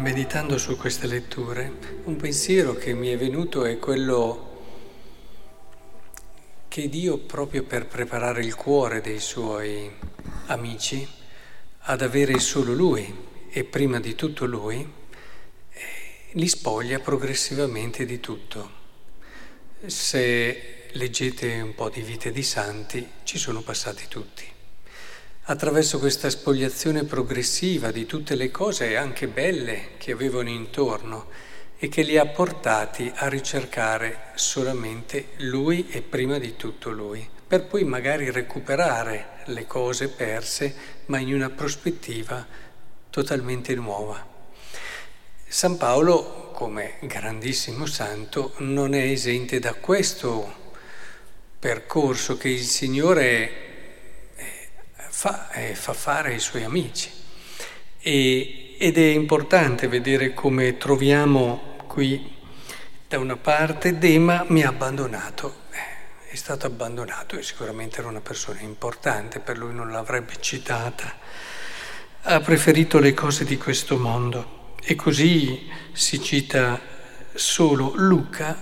meditando su queste letture, un pensiero che mi è venuto è quello che Dio, proprio per preparare il cuore dei suoi amici ad avere solo Lui e prima di tutto Lui, li spoglia progressivamente di tutto. Se leggete un po' di vite di santi, ci sono passati tutti. Attraverso questa spoliazione progressiva di tutte le cose anche belle che avevano intorno e che li ha portati a ricercare solamente Lui e prima di tutto Lui, per poi magari recuperare le cose perse, ma in una prospettiva totalmente nuova. San Paolo, come grandissimo santo, non è esente da questo percorso che il Signore fa fare ai suoi amici. Ed è importante vedere come troviamo qui da una parte Dema mi ha abbandonato, è stato abbandonato e sicuramente era una persona importante, per lui non l'avrebbe citata, ha preferito le cose di questo mondo e così si cita solo Luca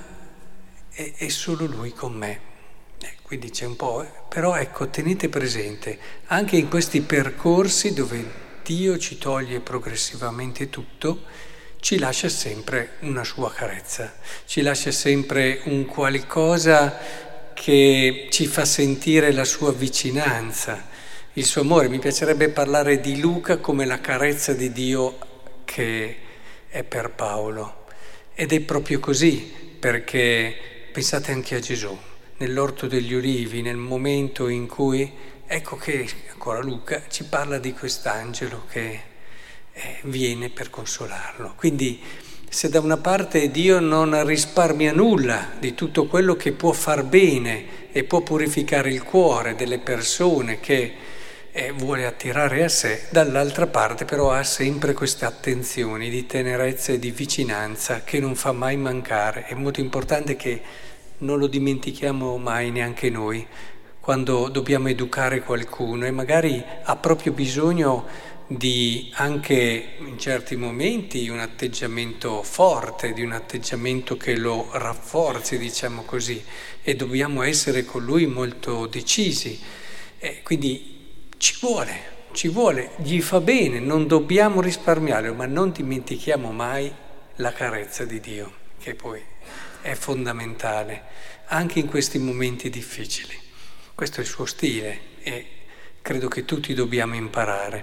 e solo lui con me. Quindi c'è un po', però ecco, tenete presente, anche in questi percorsi dove Dio ci toglie progressivamente tutto, ci lascia sempre una sua carezza, ci lascia sempre un qualcosa che ci fa sentire la sua vicinanza, il suo amore. Mi piacerebbe parlare di Luca come la carezza di Dio che è per Paolo. Ed è proprio così, perché pensate anche a Gesù. Nell'Orto degli Ulivi, nel momento in cui, ecco che ancora Luca ci parla di quest'angelo che viene per consolarlo. Quindi se da una parte Dio non risparmia nulla di tutto quello che può far bene e può purificare il cuore delle persone che vuole attirare a sé, dall'altra parte però ha sempre queste attenzioni di tenerezza e di vicinanza che non fa mai mancare. È molto importante che non lo dimentichiamo mai neanche noi, quando dobbiamo educare qualcuno e magari ha proprio bisogno di anche in certi momenti un atteggiamento forte, di un atteggiamento che lo rafforzi, diciamo così, e dobbiamo essere con lui molto decisi. Quindi ci vuole, gli fa bene, non dobbiamo risparmiarlo, ma non dimentichiamo mai la carezza di Dio, che poi è fondamentale anche in questi momenti difficili. Questo è il suo stile e credo che tutti dobbiamo imparare.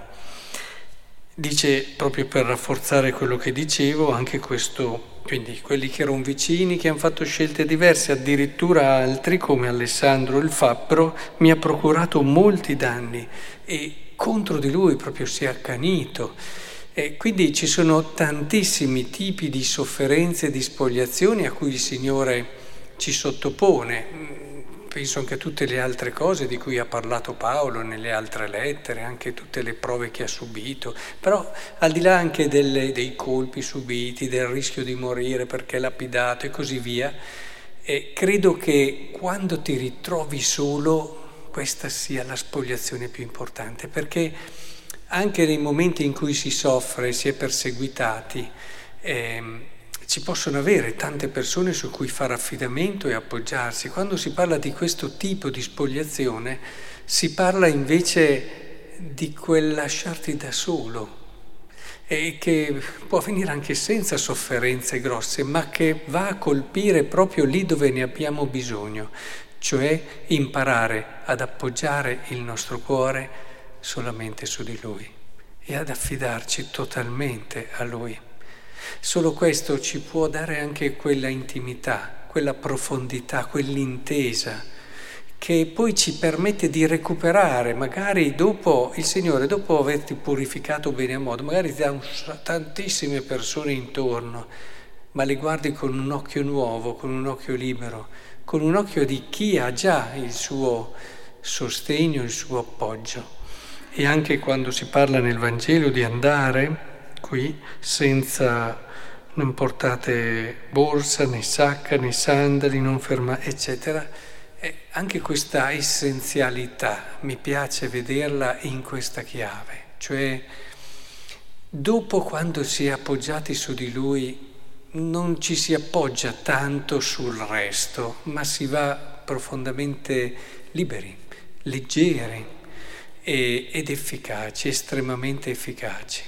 Dice, proprio per rafforzare quello che dicevo, anche questo, quindi quelli che erano vicini, che hanno fatto scelte diverse, addirittura altri come Alessandro il fabbro, mi ha procurato molti danni e contro di lui proprio si è accanito. E quindi ci sono tantissimi tipi di sofferenze e di spoliazioni a cui il Signore ci sottopone. Penso anche a tutte le altre cose di cui ha parlato Paolo nelle altre lettere, anche tutte le prove che ha subito. Però al di là anche dei colpi subiti, del rischio di morire perché è lapidato e così via, credo che quando ti ritrovi solo questa sia la spoliazione più importante, perché anche nei momenti in cui si soffre, si è perseguitati, ci possono avere tante persone su cui fare affidamento e appoggiarsi. Quando si parla di questo tipo di spoliazione, si parla invece di quel lasciarti da solo, e che può finire anche senza sofferenze grosse, ma che va a colpire proprio lì dove ne abbiamo bisogno, cioè imparare ad appoggiare il nostro cuore solamente su di Lui e ad affidarci totalmente a Lui. Solo questo ci può dare anche quella intimità, quella profondità, quell'intesa che poi ci permette di recuperare, magari dopo il Signore, dopo averti purificato bene a modo, magari ti dà tantissime persone intorno, ma le guardi con un occhio nuovo, con un occhio libero, con un occhio di chi ha già il suo sostegno, il suo appoggio. E anche quando si parla nel Vangelo di andare qui senza, non portate borsa, né sacca, né sandali, non fermate, eccetera, anche questa essenzialità mi piace vederla in questa chiave, cioè Dopo, quando si è appoggiati su di Lui, non ci si appoggia tanto sul resto, ma si va profondamente liberi, leggeri ed efficaci, estremamente efficaci.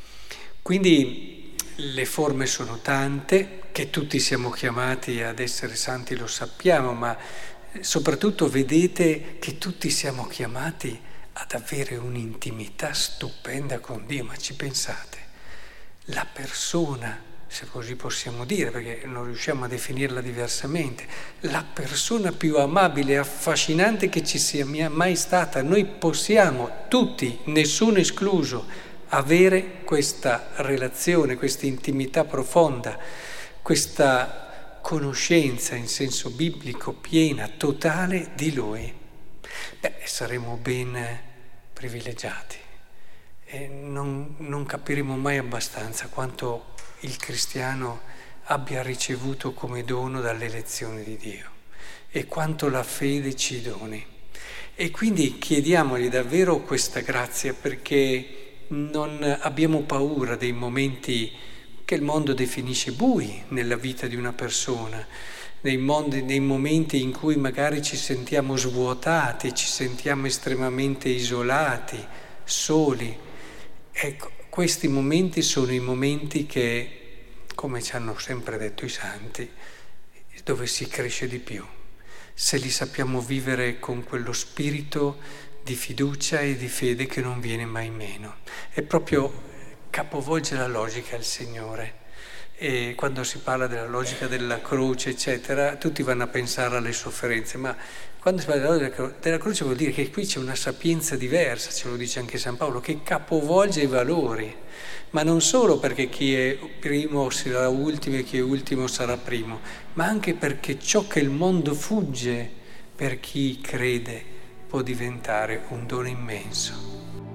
Quindi le forme sono tante, che tutti siamo chiamati ad essere santi lo sappiamo, ma soprattutto vedete che tutti siamo chiamati ad avere un'intimità stupenda con Dio. Ma ci pensate? La persona, se così possiamo dire, perché non riusciamo a definirla diversamente, la persona più amabile e affascinante che ci sia mai stata. Noi possiamo tutti, nessuno escluso, avere questa relazione, questa intimità profonda, questa conoscenza in senso biblico piena, totale di Lui. Saremo ben privilegiati e non capiremo mai abbastanza quanto il cristiano abbia ricevuto come dono dall'elezione di Dio e quanto la fede ci doni. E quindi chiediamogli davvero questa grazia, perché non abbiamo paura dei momenti che il mondo definisce bui nella vita di una persona, nei momenti in cui magari ci sentiamo svuotati, ci sentiamo estremamente isolati, soli. Ecco, questi momenti sono i momenti che, come ci hanno sempre detto i santi, dove si cresce di più, se li sappiamo vivere con quello spirito di fiducia e di fede che non viene mai meno. È proprio capovolge la logica il Signore. E quando si parla della logica della croce, eccetera, tutti vanno a pensare alle sofferenze, ma quando si parla della logica della croce vuol dire che qui c'è una sapienza diversa, ce lo dice anche San Paolo, che capovolge i valori, ma non solo perché chi è primo sarà ultimo e chi è ultimo sarà primo, ma anche perché ciò che il mondo fugge per chi crede può diventare un dono immenso.